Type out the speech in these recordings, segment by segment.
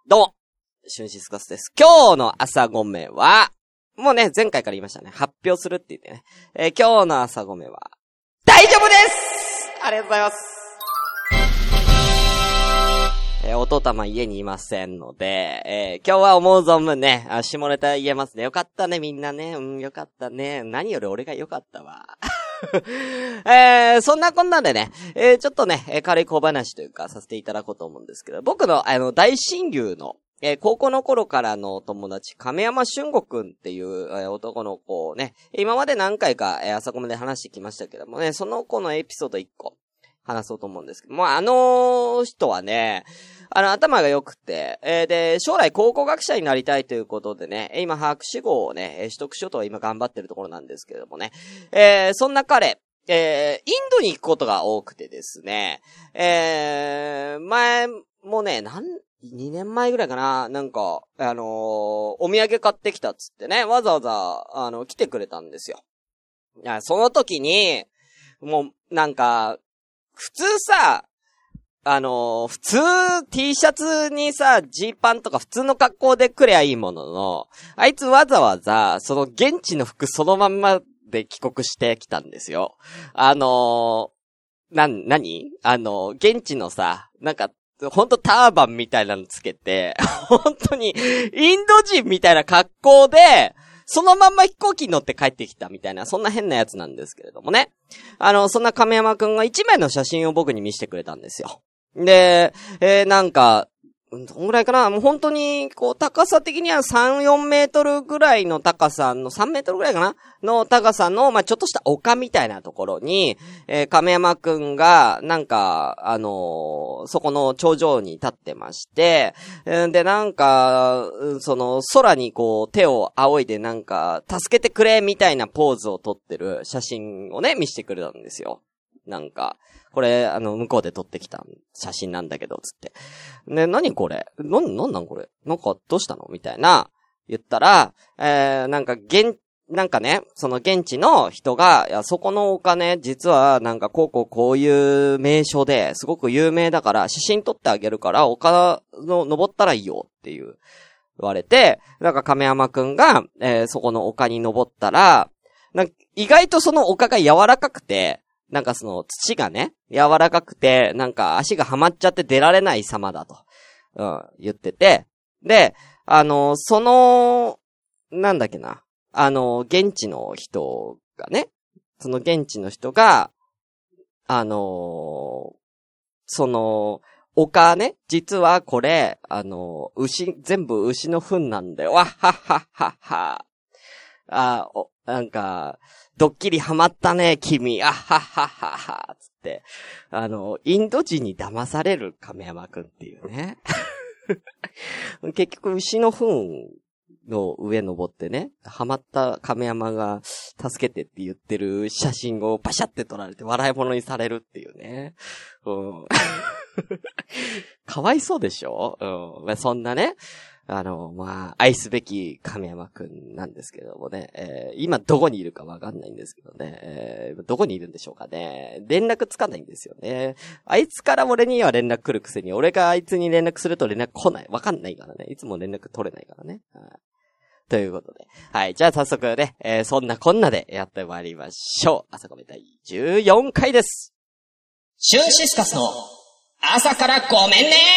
どうも、シュンシスカスです。今日の朝ごめは、もうね、前回から言いましたね。発表するって言ってね。今日の朝ごめは、大丈夫です！ありがとうございます。弟は家にいませんので、今日は思う存分ね、下ネタ言えますね。よかったね、みんなね。よかったね。何より俺がよかったわ。そんなこんなんでね、ちょっとね、軽い小話というかさせていただこうと思うんですけど、僕の大親友の、高校の頃からの友達、亀山俊吾くんっていう、男の子をね、今まで何回か、朝ごめで話してきましたけどもね、その子のエピソード1個話そうと思うんですけども、人はね、頭が良くて、で、将来考古学者になりたいということでね、今博士号をね、取得しようと今頑張ってるところなんですけれどもね、そんな彼、インドに行くことが多くてですね、前もね、2年前ぐらいかな、なんか、お土産買ってきたっつってね、わざわざ、来てくれたんですよ。いや、その時に、もう、なんか、普通さ、普通 T シャツにさ、ジーパンとか普通の格好で来りゃいいものの、あいつわざわざ、その現地の服そのまんまで帰国してきたんですよ。現地のさ、なんか、ほんとターバンみたいなのつけて、本当に、インド人みたいな格好で、そのまんま飛行機に乗って帰ってきたみたいな、そんな変なやつなんですけれどもね。そんな亀山くんが一枚の写真を僕に見せてくれたんですよ。で、なんか、どんぐらいかな、もう本当に、こう、高さ的には3、4メートルぐらいの高さの、3メートルぐらいかなの高さの、ちょっとした丘みたいなところに、亀山くんが、なんか、そこの頂上に立ってまして、で、なんか、その、空にこう、手を仰いでなんか、助けてくれみたいなポーズを撮ってる写真をね、見せてくれたんですよ。なんか、これ、向こうで撮ってきた写真なんだけど、つって。ね、何これなんこれなんか、どうしたのみたいな、言ったら、なんかね、その現地の人が、いや、そこの丘ね、実はなんかこういう名所で、すごく有名だから、写真撮ってあげるから、丘の登ったらいいよって言われて、なんか亀山くんが、そこの丘に登ったら、なんか意外とその丘が柔らかくて、なんかその土がね、柔らかくて、なんか足がはまっちゃって出られない様だと、言ってて、で、その、なんだっけな、現地の人がね、その現地の人が、その、丘ね、実はこれ、全部牛の糞なんだよ。わっはっはっはっは。なんか、ドッキリハマったね、君。あっはっはっはっは。つって、インド人に騙される亀山くんっていうね。結局、牛の糞の上登ってね、ハマった亀山が助けてって言ってる写真をパシャって撮られて笑い物にされるっていうね。かわいそうでしょ？そんなね。愛すべき亀山くんなんですけどもね、今どこにいるかわかんないんですけどね、どこにいるんでしょうかね、連絡つかないんですよね。あいつから俺には連絡来るくせに、俺があいつに連絡すると連絡来ない。わかんないからね。いつも連絡取れないからね。ということで。はい。じゃあ早速ね、そんなこんなでやってまいりましょう。朝ごめ第14回です。 シュンシスカスの朝からごめんね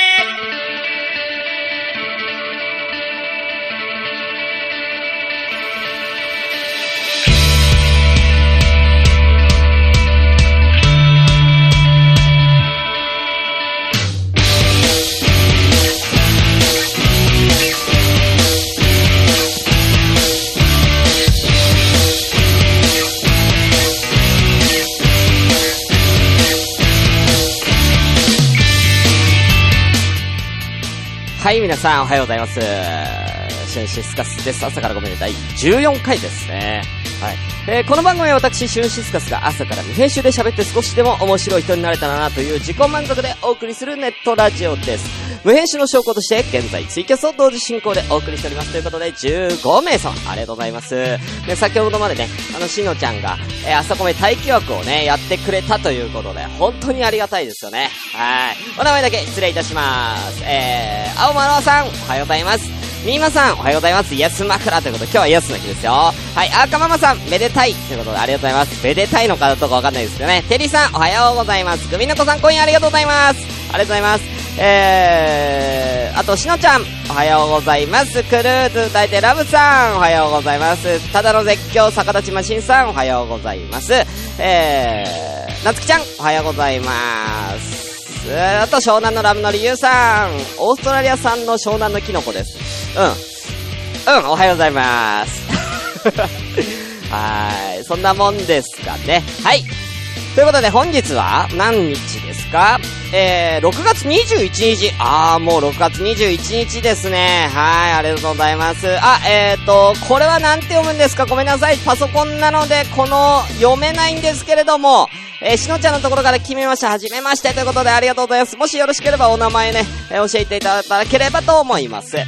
はい、皆さんおはようございます。シュンシスカスです。朝からごめんね第14回ですね。はい。この番組は私、シュンシスカスが朝から未編集で喋って少しでも面白い人になれたらなという自己満足でお送りするネットラジオです。 無編集の証拠として、現在ツイキャスを同時進行でお送りしております。ということで、15名様、ありがとうございます。で、先ほどまでね、しのちゃんが、朝コメ待機枠をね、やってくれたということで、本当にありがたいですよね。はい。お名前だけ失礼いたします。青丸さん、おはようございます。みーまさん、おはようございます。イエス枕ということで、今日はイエスの日ですよ。はい、赤ママさん、めでたいということで、ありがとうございます。めでたいのかどうかわかんないですけどね。テリーさん、おはようございます。グミの子さん、コインありがとうございます。ありがとうございます。あと、しのちゃん、おはようございます。クルーズ大帝ラブさん、おはようございます。ただの絶叫、逆立ちマシンさん、おはようございます。なつきちゃん、おはようございます。あと、湘南のラムのりゆうさん、オーストラリア産の湘南のキノコです。おはようございます。はい。そんなもんですかね。はい。ということで、本日は何日ですか？6月21日。もう6月21日ですね。はい。ありがとうございます。これはなんて読むんですか？ごめんなさい。パソコンなので、読めないんですけれども、しのちゃんのところから決めました。はじめましてということでありがとうございます。もしよろしければお名前ね、教えていただければと思います。はい。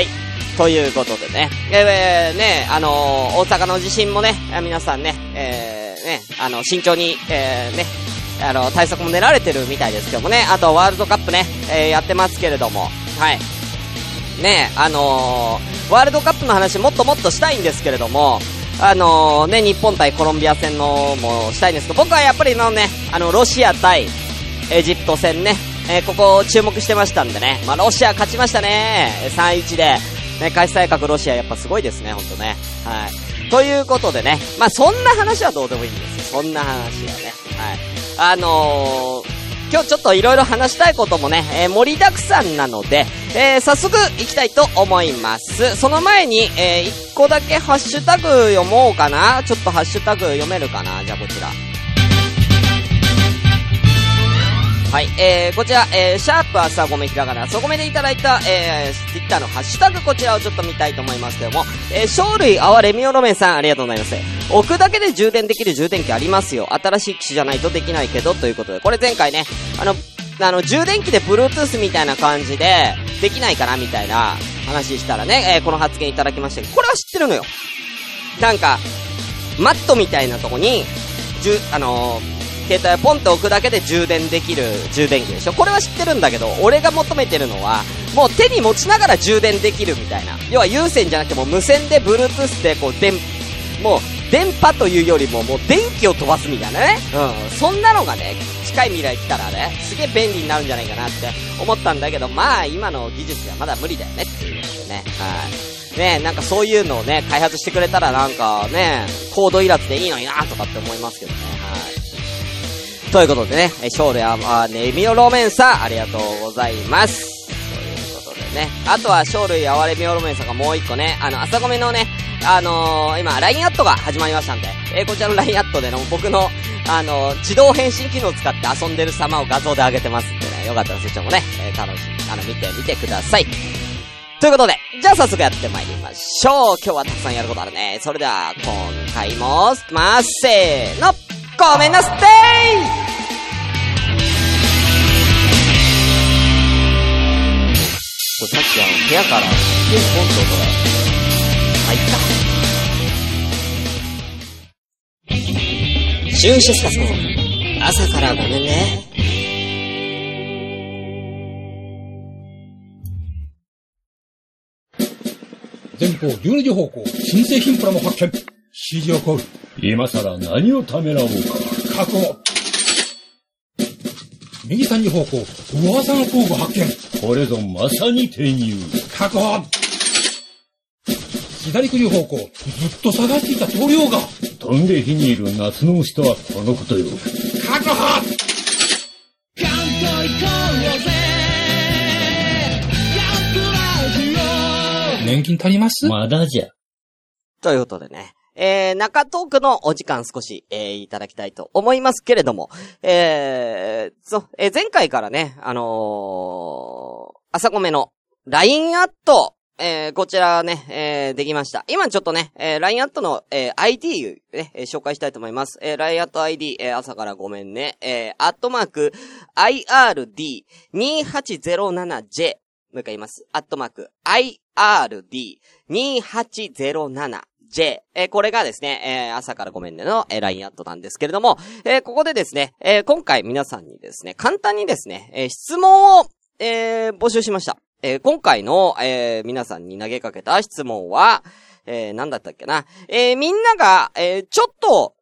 ということでね。大阪の地震もね、皆さんね、慎重に、対策も練られてるみたいですけどもね。あと、ワールドカップね、やってますけれども。はい。ね、ワールドカップの話もっともっとしたいんですけれども、日本対コロンビア戦のもしたいんですけど、僕はやっぱりロシア対エジプト戦ね、ここ注目してましたんでね。ロシア勝ちましたね。3-1で。ね、開催国ロシアやっぱすごいですね、ほんとね。はい。ということでね、そんな話はどうでもいいんですよ。そんな話はね。はい。今日ちょっといろいろ話したいこともね、盛りだくさんなので、早速行きたいと思います。その前に、一個だけハッシュタグ読もうかな。ちょっとハッシュタグ読めるかな。じゃあこちら。はい、こちら、シャープ朝ごめひらがな、朝ごめでいただいた、Twitter のハッシュタグ、こちらをちょっと見たいと思いますけども、生類泡レミオロメンさん、ありがとうございます。置くだけで充電できる充電器ありますよ。新しい機種じゃないとできないけど、ということで、これ前回ね、充電器で Bluetooth みたいな感じで、できないかなみたいな話したらね、この発言いただきましたけど、これは知ってるのよ。なんか、マットみたいなとこに、携帯をポンと置くだけで充電できる充電器でしょ。これは知ってるんだけど、俺が求めてるのは、もう手に持ちながら充電できるみたいな。要は有線じゃなくても無線で Bluetooth でもう電波というよりももう電気を飛ばすみたいなね。そんなのがね、近い未来来たらね、すげえ便利になるんじゃないかなって思ったんだけど、今の技術はまだ無理だよねっていうことでね。はい。ね、なんかそういうのをね、開発してくれたらなんかね、コードいらずでいいのになとかって思いますけどね。はい。ということでね、勝利は、レミオロメンさん、ありがとうございます。ということでね、あとは、勝利あわレミオロメンさんがもう一個ね、朝ごめのね、今、LINE アットが始まりましたんで、こちらの LINE アットでの僕の、自動返信機能を使って遊んでる様を画像で上げてますんでね、よかったらそちらもね、見てみてください。ということで、じゃあ早速やってまいりましょう。今日はたくさんやることあるね。それでは、今回も、せーの、ごめんなさい。これさっき部屋からピンポンと音が入った。シュンシスカスの朝からごめんね。 前方12時方向、新製品プラも発見。指示をコール。 今さら何をためらおうか。 確保。右3時方向、噂の工具発見。 これぞまさに転入。 確保。左9時方向、ずっと探していた塗料が。 飛んで火にいる夏の虫とはこのことよ。 確保。年金足ります？ まだじゃ。 ということでね。中トークのお時間少し、いただきたいと思いますけれども、前回からね、朝ごめの LINE アット、 こちらね、できました。今ちょっとね、LINE アットの、ID ね、紹介したいと思います。LINE アット ID、朝からごめんね、@IRD2807J。もう一回言います。@IRD2807J。これがですね、朝からごめんねの、LINE アットなんですけれども、ここでですね、今回皆さんにですね、簡単にですね、質問を、募集しました。今回の、皆さんに投げかけた質問は、何だったっけな。みんなが、ちょっと、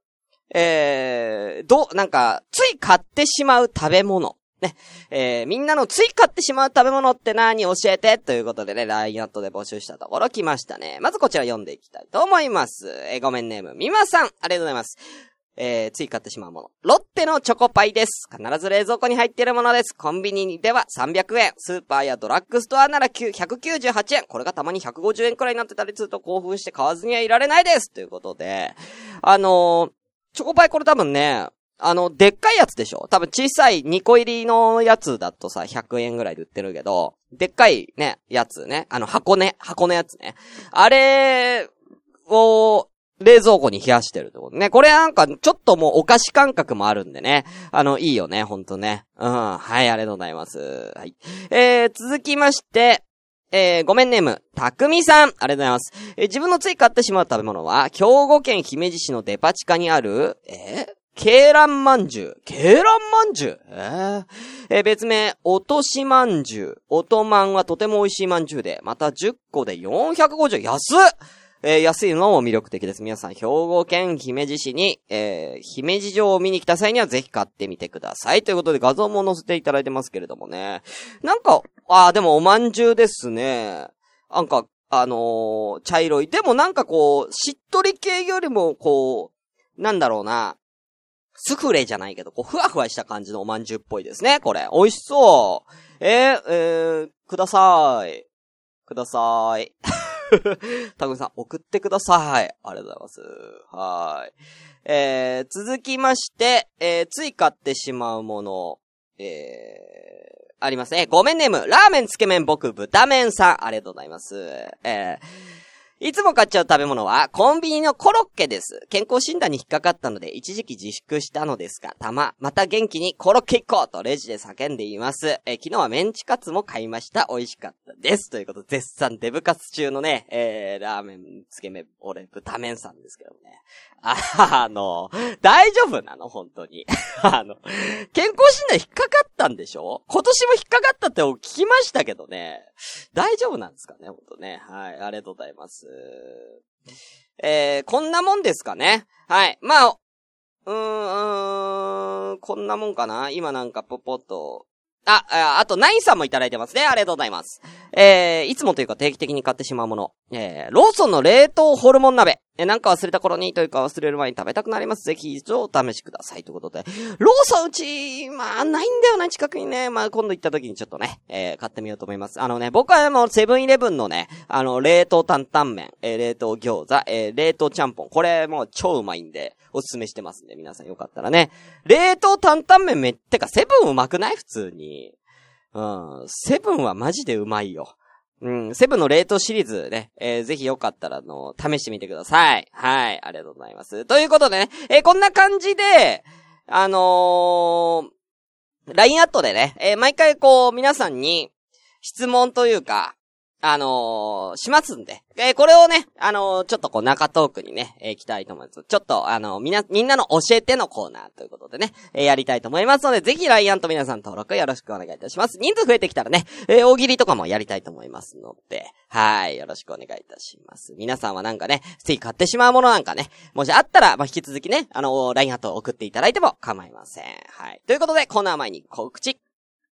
なんか、つい買ってしまう食べ物。ね。みんなのつい買ってしまう食べ物って何教えてということでね、LINE アットで募集したところ来ましたね。まずこちら読んでいきたいと思います。ごめんネーム、みまさん。ありがとうございます。つい買ってしまうもの。ロッテのチョコパイです。必ず冷蔵庫に入っているものです。コンビニでは300円。スーパーやドラッグストアなら198円。これがたまに150円くらいになってたりすると興奮して買わずにはいられないです。ということで、チョコパイこれ多分ね、でっかいやつでしょ？多分小さい2個入りのやつだとさ、100円ぐらいで売ってるけど、でっかいね、やつね。箱のやつね。あれを、冷蔵庫に冷やしてるってことね。これなんか、ちょっともうお菓子感覚もあるんでね。いいよね、ほんとね。はい、ありがとうございます。はい。続きまして、ごめんネーム、たくみさん。ありがとうございます。自分のつい買ってしまう食べ物は、兵庫県姫路市のデパ地下にある、鶏卵まんじゅう。鶏卵まんじゅう別名、おとしまんじゅう。おとまんはとても美味しいまんじゅうで、また10個で450。安っ！安いのも魅力的です。皆さん、兵庫県姫路市に、姫路城を見に来た際にはぜひ買ってみてください。ということで画像も載せていただいてますけれどもね。なんか、でもおまんじゅうですね。なんか、茶色い。でもなんかこう、しっとり系よりもこう、なんだろうな。スフレじゃないけど、こう、ふわふわした感じのおまんじゅうっぽいですね、これ。美味しそう。ください。ください。たくみさん、送ってください。ありがとうございます。はい。続きまして、つい買ってしまうもの、ありますね。ごめんネーム、ラーメンつけ麺僕豚麺さん。ありがとうございます。いつも買っちゃう食べ物はコンビニのコロッケです。健康診断に引っかかったので一時期自粛したのですが、また元気にコロッケ行こうとレジで叫んでいます。昨日はメンチカツも買いました。美味しかったです。ということで絶賛デブ活中のね、ラーメンつけ麺、俺豚麺さんですけどね。大丈夫なの本当に。健康診断引っかかったんでしょ？今年も引っかかったって聞きましたけどね。大丈夫なんですかね本当ね。はい、ありがとうございます。こんなもんですかね。はい。まあ、こんなもんかな。今なんかポポッと。あと、ナインさんもいただいてますね。ありがとうございます。いつもというか定期的に買ってしまうもの。ローソンの冷凍ホルモン鍋。なんか忘れた頃にというか忘れる前に食べたくなります。ぜひ一度お試しください。ということで。ローソンうち、ないんだよな、近くにね。今度行った時にちょっとね、買ってみようと思います。僕はセブンイレブンのね、冷凍担々麺、冷凍餃子、冷凍ちゃんぽん。これもう超うまいんで、おすすめしてますんで、皆さんよかったらね。冷凍担々麺てかセブンうまくない？普通に。セブンはマジでうまいよ。セブンの冷凍シリーズね、ぜひよかったら試してみてください。はい、ありがとうございます。ということでね、こんな感じで、LINE アットでね、毎回こう、皆さんに質問というか、しますんで、これをね、ちょっとこう中トークにね、行きたいと思います。ちょっとみんなの教えてのコーナーということでね、やりたいと思いますので、ぜひ LINE アット皆さん登録よろしくお願いいたします。人数増えてきたらね、大喜利とかもやりたいと思いますので、はい、よろしくお願いいたします。皆さんはなんかね、つい買ってしまうものなんかね、もしあったら、引き続きね、LINE アット送っていただいても構いません。はい。ということで、コーナー前に告知。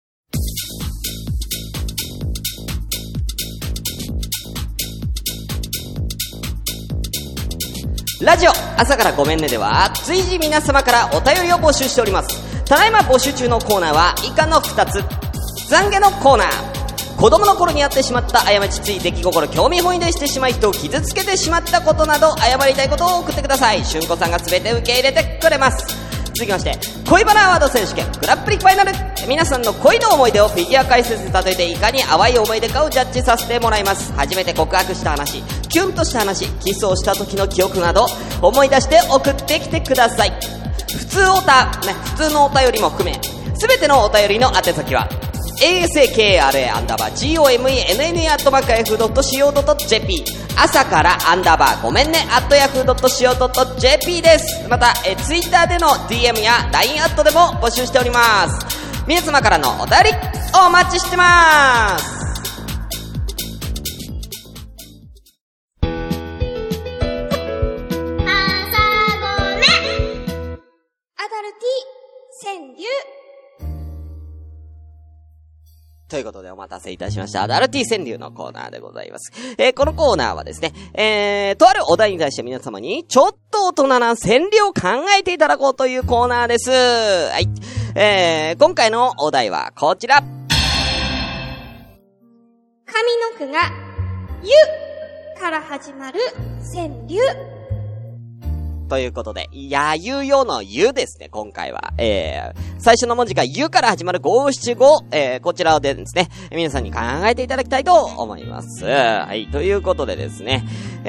ラジオ朝からごめんねでは随時皆様からお便りを募集しております。ただいま募集中のコーナーは以下の2つ。懺悔のコーナー。子供の頃にやってしまった過ちつい出来心興味本位でしてしまい人を傷つけてしまったことなど謝りたいことを送ってください。しゅんこさんが全て受け入れてくれます。 続きまして、恋バナアワード選手権グランプリファイナル。皆さんの恋の思い出をフィギュア解説で例えていかに淡い思い出かをジャッジさせてもらいます。初めて告白した話、キュンとした話、キスをした時の記憶など思い出して送ってきてください。普通のお便りも含め、すべてのお便りの宛先はasakra_gomenne@yahoo.co.jp 朝からごめんね@yahoo.co.jp です。また、ツイッターでの DM や LINE アットでも募集しております。皆様からのお便りお待ちしてます。 アダルティ川柳。 ということでお待たせいたしました。アダルティ川柳のコーナーでございます。このコーナーはですね、とあるお題に対して皆様にちょっと大人な川柳を考えていただこうというコーナーです。はい。今回のお題はこちら。 上の句がゆから始まる川柳。 ということで、やゆよのゆですね、今回は。最初の文字がゆから始まる五七五、こちらでですね、皆さんに考えていただきたいと思います。はい、ということでですね、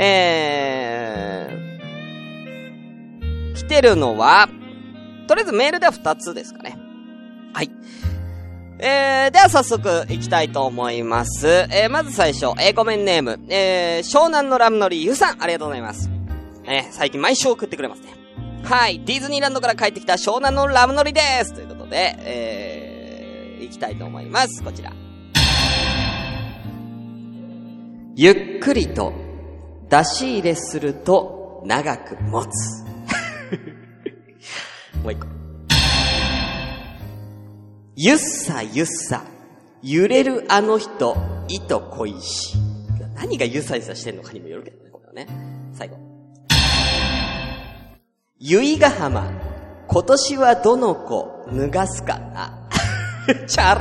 来てるのは、とりあえずメールでは2つですかね。はい。では早速行きたいと思います。まず最初、ごめんネーム、湘南のラムノリゆさん、ありがとうございます。最近毎週送ってくれますね。はい。ディズニーランドから帰ってきた湘南のラムノリです。ということで、行きたいと思います。こちら。ゆっくりと出し入れすると長く持つ。もう一個。ゆっさゆっさ、揺れるあの人、糸恋し。何がゆっさゆっさしてんのかにもよるけどね、これはね。最後。由比ヶ浜、今年はどの子脱がすかな。チャ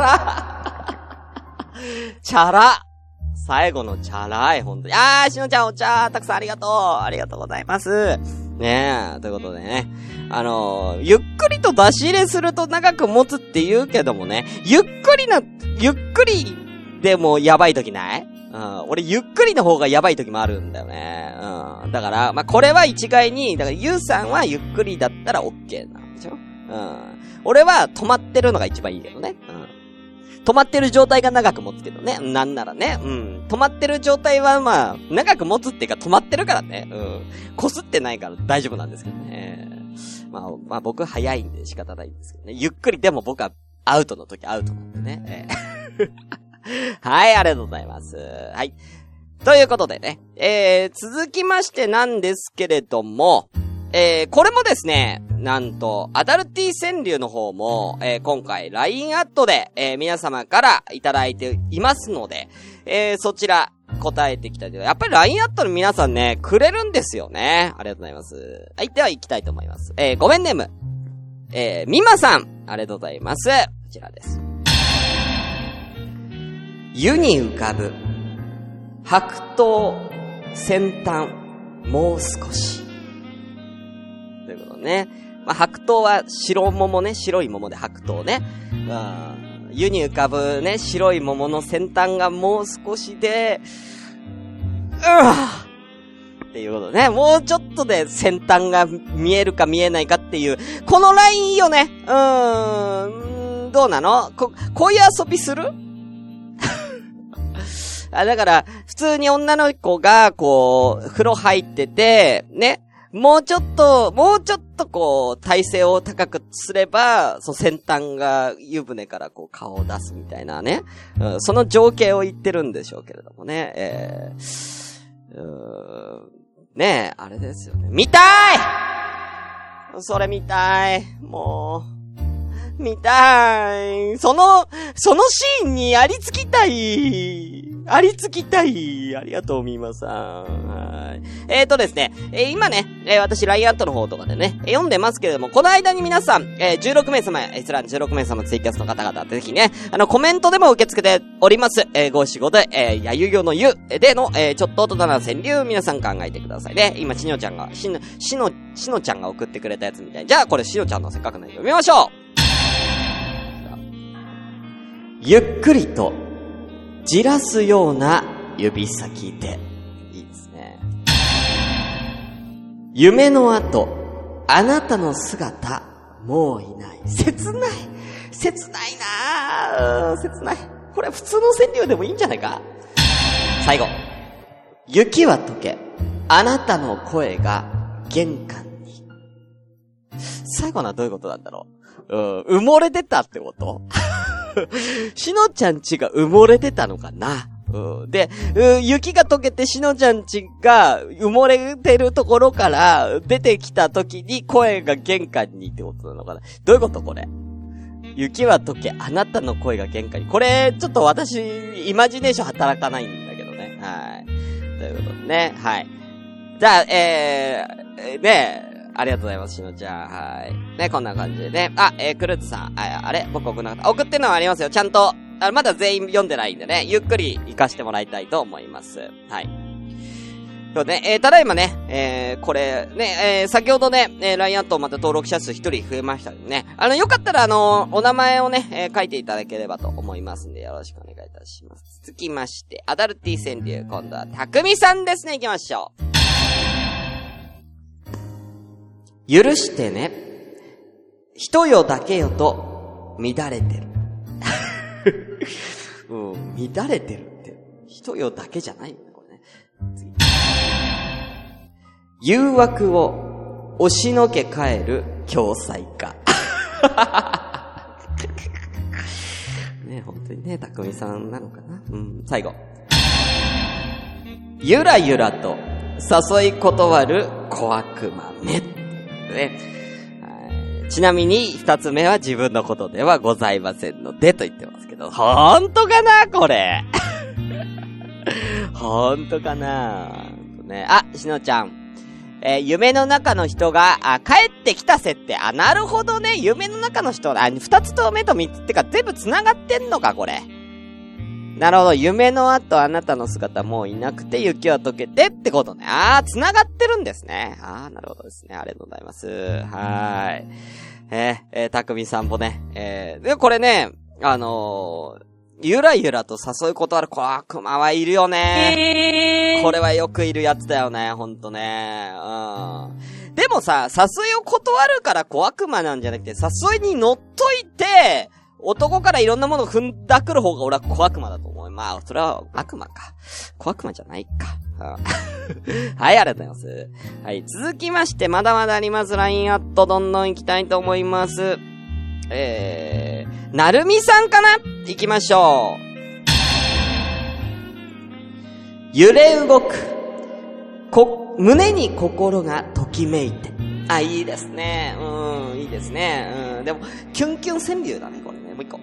ラ。最後のチャラい、ほんとに。しのちゃんお茶、たくさんありがとう。ありがとうございます。ねえ、ということでね。ゆっくりと出し入れすると長く持つって言うけどもね、ゆっくりでもやばい時ない？俺ゆっくりの方がやばい時もあるんだよね。だから、これは一概に、だからゆうさんはゆっくりだったら OK なんでしょ？俺は止まってるのが一番いいけどね。止まってる状態が長く持つけどね。なんならね。止まってる状態は長く持つっていうか止まってるからね。こすってないから大丈夫なんですけどね。僕早いんで仕方ないんですけどね。ゆっくりでも僕はアウトの時アウトなんでね。はい、ありがとうございます。はい。ということでね、続きましてなんですけれども、これもですね、なんと、アダルティ川柳の方も、今回 LINE アットで、皆様からいただいていますので、そちら答えていきたいと。やっぱり LINE アットの皆さんね、くれるんですよね。ありがとうございます。はい、では行きたいと思います。ごめんネーム、みまさん、ありがとうございます。こちらです。湯に浮かぶ白桃先端もう少しということね。白桃は白桃ね、白い桃で白桃ね。湯に浮かぶね、白い桃の先端がもう少しでっていうことね。もうちょっとで先端が見えるか見えないかっていうこのラインいいよね。どうなの？こういう遊びする？だから、普通に女の子が、風呂入ってて、ね、もうちょっと、体勢を高くすれば、先端が湯船から顔を出すみたいなね。その情景を言ってるんでしょうけれどもね。ねえ、あれですよね。見たい！それ見たい。もう、見たい。そのシーンにやりつきたい。 ありつきたい。ありがとう、みーまさん。はい。ですね、今ね、私、ラインアットの方とかでね、読んでますけれども、この間に皆さん、16名様、閲覧16名様ツイキャスの方々、ぜひね、コメントでも受け付けております。ご仕事で、やゆよのゆでの、ちょっと大人な川柳、皆さん考えてくださいね。今、しのちゃんが送ってくれたやつみたい。じゃあ、これ、しのちゃんのせっかくなんで読みましょう。ゆっくりと、じらすような指先で。いいですね。夢の後、あなたの姿、もういない。切ない。切ないなぁ。切ない。これ普通の川柳でもいいんじゃないか。最後。雪は溶け、あなたの声が玄関に。最後のはどういうことなんだろう。埋もれてたってことしのちゃんちが埋もれてたのかな。で、雪が溶けてしのちゃんちが埋もれてるところから出てきた時に声が玄関にってことなのかな。どういうことこれ。雪は溶け、あなたの声が玄関に。これ、ちょっと私、イマジネーション働かないんだけどね。はい。ということでね。はい。じゃあ、ありがとうございます、しのちゃん。はい。ね、こんな感じでね。クルーズさん。あれ僕送んなかった。送ってるのはありますよ。ちゃんと。まだ全員読んでないんでね。ゆっくり活かしてもらいたいと思います。はい。そうね、ただいまね、これ、ね、先ほどね、ラインアットまた登録者数一人増えましたのでね。よかったらお名前をね、書いていただければと思いますんで、よろしくお願いいたします。続きまして、アダルティ川柳、今度はたくみさんですね。行きましょう。許してね。人よだけよと、乱れてる。乱れてるって。人よだけじゃないよね、これね。次。誘惑を押しのけ帰る共済家。ね、本当にね、たくみさんなのかな。最後。ゆらゆらと誘い断る小悪魔め。ね、ちなみに二つ目は自分のことではございませんのでと言ってますけど、ほんとかなこれ。ほんとかなね。しのちゃん。夢の中の人が、帰ってきた設定。なるほどね。夢の中の人、二つと目と三つってか全部繋がってんのか、これ。なるほど。夢の後あなたの姿もういなくて雪は溶けてってことね。繋がってるんですね。なるほどですね。ありがとうございます。はーい。たくみさんもね。で、これね、ゆらゆらと誘い断る小悪魔はいるよね。これはよくいるやつだよね。ほんとね。でもさ、誘いを断るから小悪魔なんじゃなくて、誘いに乗っといて、男からいろんなものを踏んだくる方が俺は小悪魔だと思う。それは悪魔か。小悪魔じゃないか。はい、ありがとうございます。はい、続きまして、まだまだあります。LINE アットどんどん行きたいと思います。なるみさんかな？行きましょう。揺れ動く。胸に心がときめいて。いいですね。いいですね。でも、キュンキュン川柳だね、これね。もう一個。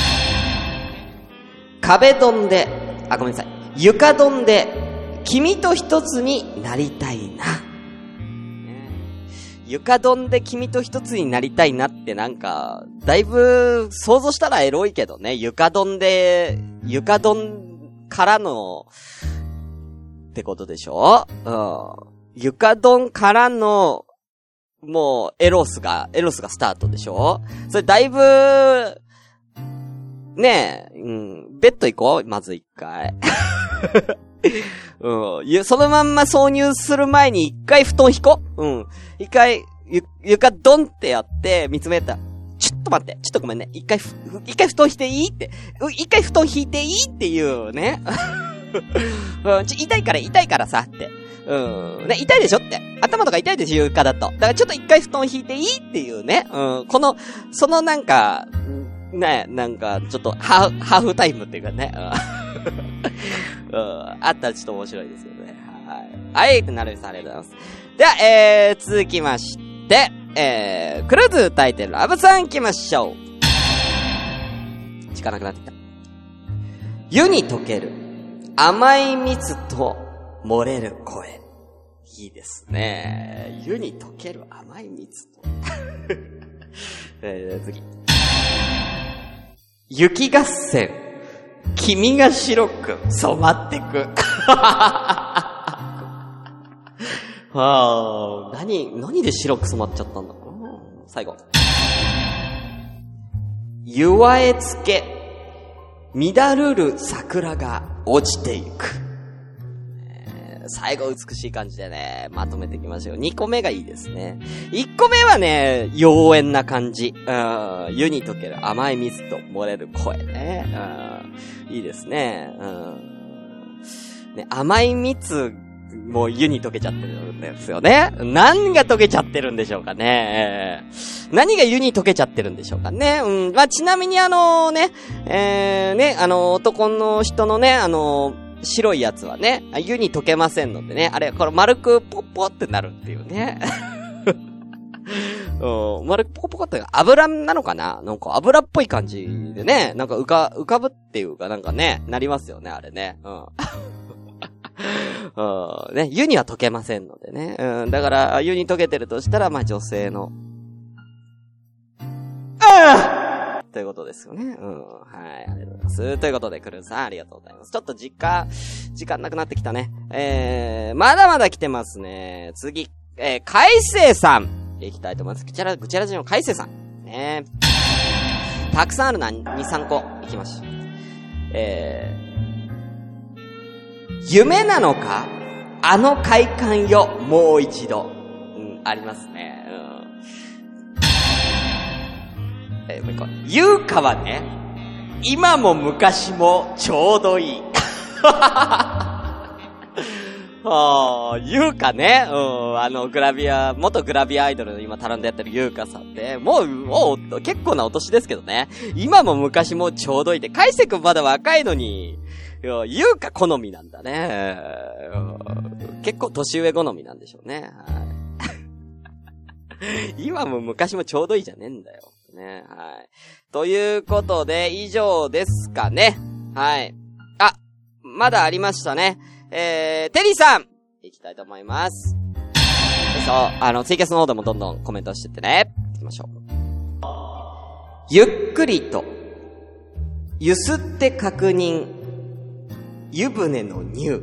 壁ドンで、ごめんなさい。床ドンで、君と一つになりたいな。床ドンで君と一つになりたいなってなんか、だいぶ想像したらエロいけどね。床ドンからの、ってことでしょ？床ドンからの、もう、エロスがスタートでしょ？それだいぶ、ねえ、ベッド行こうまず一回。そのまんま挿入する前に一回布団引こう。一回、床ドンってやって、見つめた。ちょっと待って。ちょっとごめんね。一回布団引いていいって。一回布団引いていいっていうね。痛いからさって。ね、痛いでしょって。頭とか痛いでしょ床だと。だからちょっと一回布団引いていいっていうね。そのなんか、ね、なんか、ちょっと、ハーフタイムっていうかね。あったらちょっと面白いですよね。はい。なるみさんありがとうございます。では、続きまして、クルーズ歌いてるラブさん行きましょう。時間なくなってきた。湯に溶ける甘い蜜と漏れる声。いいですね。湯に溶ける甘い蜜と。次。雪合戦。君が白く染まってく。何で白く染まっちゃったんだろう。最後。湯わえつけ。乱るる桜が落ちていく。最後美しい感じでね、まとめていきましょう。2個目がいいですね。1個目はね、妖艶な感じ。湯に溶ける甘い蜜と漏れる声ね。いいですね。ね、甘い蜜もう湯に溶けちゃってるんですよね。何が溶けちゃってるんでしょうかね。何が湯に溶けちゃってるんでしょうかね。まあ、ちなみに男の人のね、白いやつはね、湯に溶けませんのでね、これ丸くポッポってなるっていうね。丸くポコポコって油なのかな、なんか油っぽい感じでね、なんか浮かぶっていうかなんかね、なりますよね、あれね。ね、湯には溶けませんのでね。だから湯に溶けてるとしたら、まあ女性のということですよね。はい、ありがとうございます。ということで、クルーさんありがとうございます。ちょっと時間なくなってきたね。まだまだ来てますね。次、海星さん。行きたいと思います。ぐちゃらじの海星さん。ね。たくさんあるな、2、3個。行きましょう。夢なのかあの快感よ、もう一度。ありますね。もう一個。優香はね、今も昔もちょうどいい。優香ね、元グラビアアイドルの今絡んでやってる優香さんで、もう結構なお年ですけどね。今も昔もちょうどいいって、海星くんまだ若いのに、優香好みなんだね。結構年上好みなんでしょうね。今も昔もちょうどいいじゃねえんだよ。ね、はい。ということで、以上ですかね。はい。まだありましたね。テリーさん行きたいと思います。そう、ツイキャスの方でもどんどんコメントしてってね。行きましょう。ゆっくりと、ゆすって確認、湯船の乳。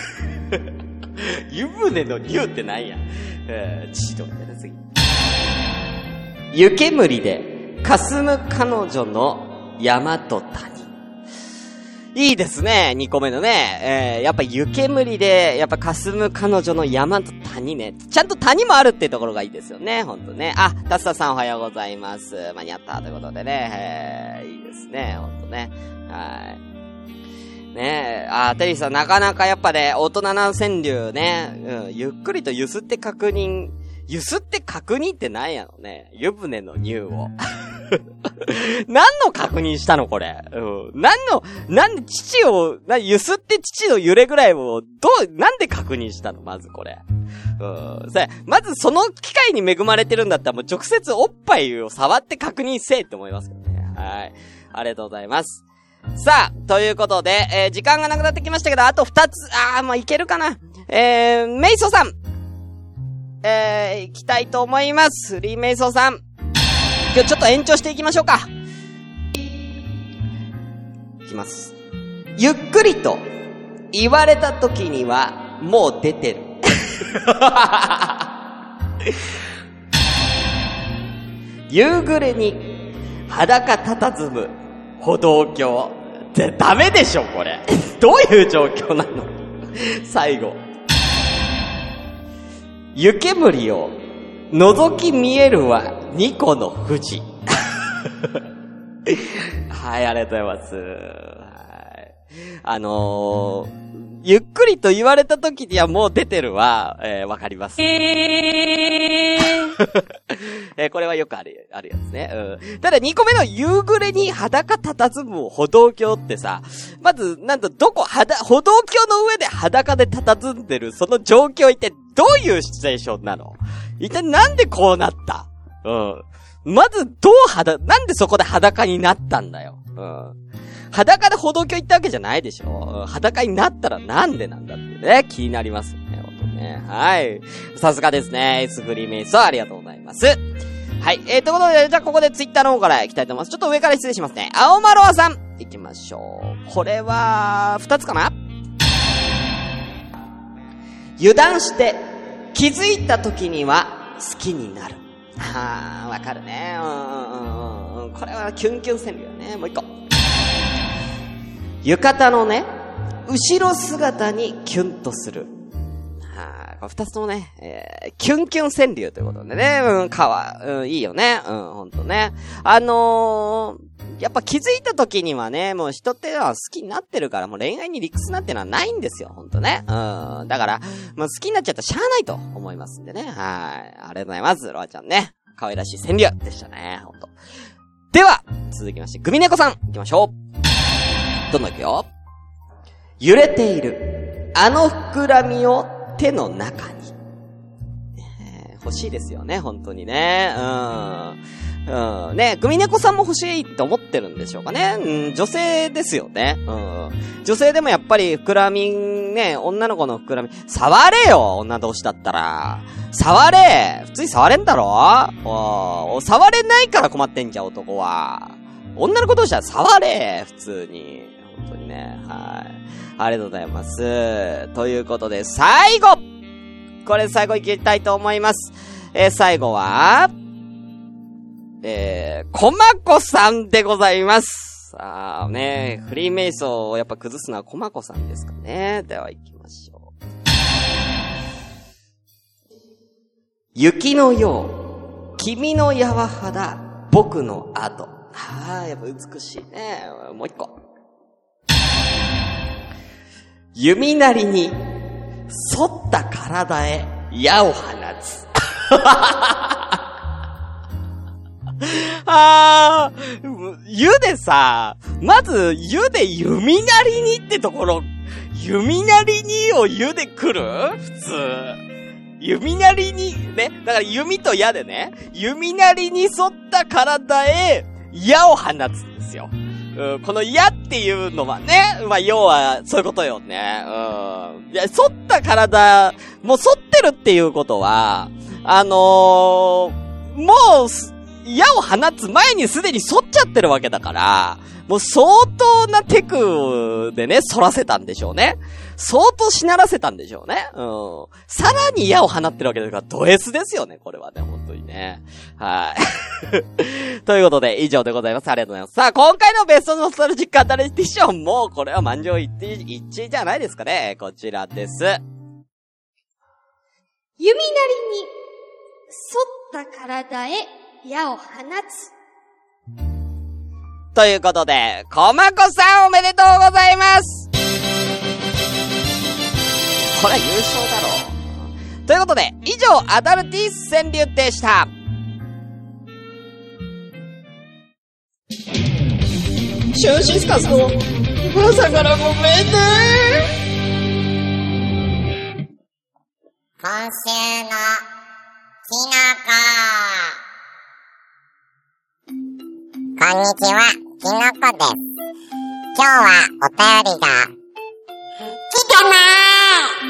湯船の乳ってなんや。ちょっと待ってね、次。湯煙で、霞む彼女の山と谷。いいですね、2個目のね。やっぱ湯煙で、やっぱ霞む彼女の山と谷ね。ちゃんと谷もあるってところがいいですよね、ほんとね。タスタさんおはようございます。間に合ったということでね。いいですね、ほんとね。はい。ねテリーさんなかなかやっぱね、大人な川柳ね。ゆっくりとゆすって確認。ゆすって確認って何やのね。湯船の乳を。何の確認したのこれ。なんでゆすって父の揺れぐらいを、なんで確認したのまずこれ。まずその機会に恵まれてるんだったらもう直接おっぱいを触って確認せえって思いますけどね。はい。ありがとうございます。さあ、ということで、時間がなくなってきましたけど、あと2つ、まあ、いけるかな。メイソさん。行きたいと思います。リーメイソさん。今日ちょっと延長していきましょうか。いきます。ゆっくりと言われた時にはもう出てる。夕暮れに裸佇む歩道橋。ダメでしょこれ。どういう状況なの。最後。湯煙を覗き見えるは2個の富士。はい、ありがとうございます。はい。ゆっくりと言われた時にはもう出てるは、わかります。これはよくあるやつね。ただ2個目の夕暮れに裸佇む歩道橋ってさ、まず、なんと歩道橋の上で裸で佇んでるその状況一体どういうシチュエーションなの？一体なんでこうなった？まずなんでそこで裸になったんだよ。 裸で歩道橋行ったわけじゃないでしょ。裸になったらなんでなんだってね、気になりますよね、ほんとね。はい。さすがですね。エースフリーメイソンありがとうございます。はい。ということで、じゃあここでツイッターの方から行きたいと思います。ちょっと上から失礼しますね。青マロアさん。行きましょう。これは、2つかな？油断して、気づいた時には好きになる。わかるね。これはキュンキュン川柳ね。もう一個。浴衣のね、後ろ姿にキュンとする。これ二つともね、キュンキュン川柳ということでね、いいよね。ほんとね。やっぱ気づいた時にはね、もう人ってのは好きになってるから、もう恋愛に理屈なんてのはないんですよ、ほんとね。だから、まあ、好きになっちゃったらしゃあないと思いますんでね。はい。ありがとうございます。ロアちゃんね。可愛らしい川柳でしたね、ほんと。では、続きまして、グミネコさん、行きましょう。どんどん行くよ。揺れている、あの膨らみを手の中に。欲しいですよね、本当にね。ね、グミネコさんも欲しいって思ってるんでしょうかね。女性ですよね。女性でもやっぱり膨らみ、ね、女の子の膨らみ、触れよ、女同士だったら。触れ！普通に触れんだろ？触れないから困ってんじゃん、男は。女の子同士は触れ！普通に。本当にね。はい。ありがとうございます。ということで、最後！これ最後いきたいと思います。最後は、コマコさんでございます。さあね、フリーメイソーをやっぱ崩すのはコマコさんですかね。では行きましょう。雪のよう、君の柔肌、僕の後。やっぱ美しいね。もう一個。弓なりに、反った体へ矢を放つ。湯でさ、まず湯で弓なりにってところ、弓なりにを湯で来る？普通。弓なりに、ね。だから弓と矢でね、弓なりに沿った体へ矢を放つんですよ。この矢っていうのはね、まあ、要は、そういうことよね。いや、反った体、もう反ってるっていうことは、もう、矢を放つ前にすでに反っちゃってるわけだから、もう相当なテクでね、反らせたんでしょうね。相当しならせたんでしょうね。さらに矢を放ってるわけですから、ド S ですよね、これはね、本当にね。はい。ということで、以上でございます。ありがとうございます。さあ、今回のベストノスタルジックアダルティションも、これは満場一致じゃないですかね。こちらです。 弓なりに、反った体へ矢を放つ。 ということで、コマコさんおめでとうございます。これは優勝だろう。ということで、以上、アダルティ川柳でした。シュンシスカスの朝からごめんね。 今週のきのこ。こんにちは、きのこです。今日はお便りが来てない。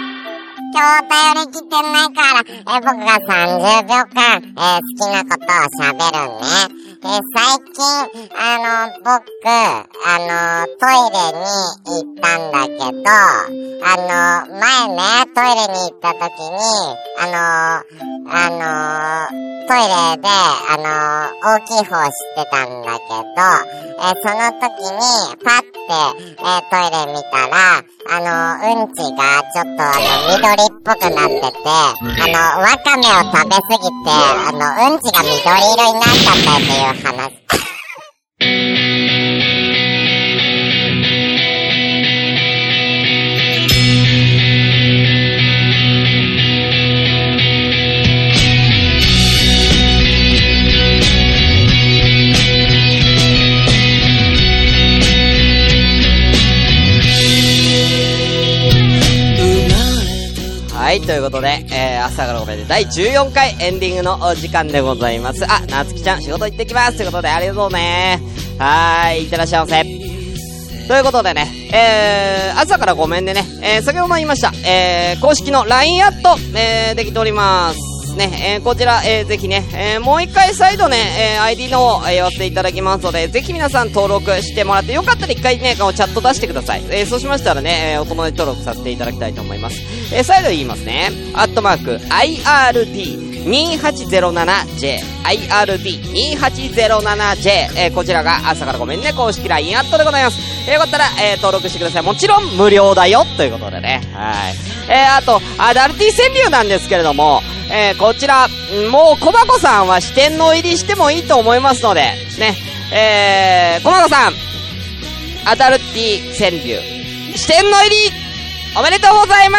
今日お便り来てないから、僕が30秒間、好きなことを喋るね。最近、僕、トイレに行ったんだけど、前ね、トイレに行った時に、トイレで、大きい方してたんだけど、その時に、パッて、トイレ見たら、うんちがちょっと緑っぽくなってて、わかめを食べすぎて、うんちが緑色になっちゃったっていう話。 はい、ということで、朝からごめんね、第14回エンディングのお時間でございます。なつきちゃん仕事行ってきますということで、ありがとうね。いってらっしゃいませ。 ということでね、朝からごめんね。先ほども言いました。公式の LINE アット、できております。ね、こちら、ぜひね、もう一回再度ね、ID の方、言わせていただきますので、ぜひ皆さん登録してもらって、よかったら一回ね、チャット出してください。そうしましたらね、お友達登録させていただきたいと思います。再度言いますね。@IRD2807J IRD2807J、こちらが朝からごめんね、公式 LINE アットでございます。よかったら、登録してください。もちろん無料だよ、ということでね。はい。あと、アダルティ川柳なんですけれども、こちら、もう、小箱さんは四天王入りしてもいいと思いますので、ね、小箱さん、アダルティ川柳、四天王入り、おめでとうございます。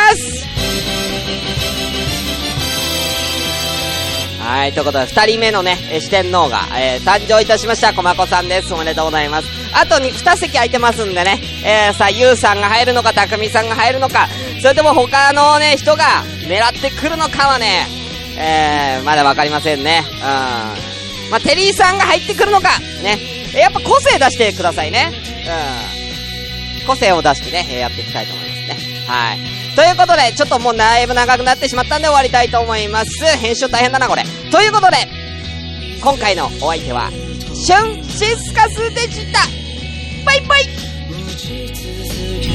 はい、ということで、二人目のね、四天王が、誕生いたしました、小箱さんです。おめでとうございます。あとに二席空いてますんでね、さあ、ゆうさんが入るのか、たくみさんが入るのか、それとも他のね、人が狙ってくるのかはね、まだわかりませんね。まあ、テリーさんが入ってくるのか、ね。やっぱ個性出してくださいね。個性を出してね、やっていきたいと思いますね。はい。ということで、ちょっともうだいぶ長くなってしまったんで終わりたいと思います。編集大変だな、これ。ということで、今回のお相手は、シュンシスカスでした。バイバイ。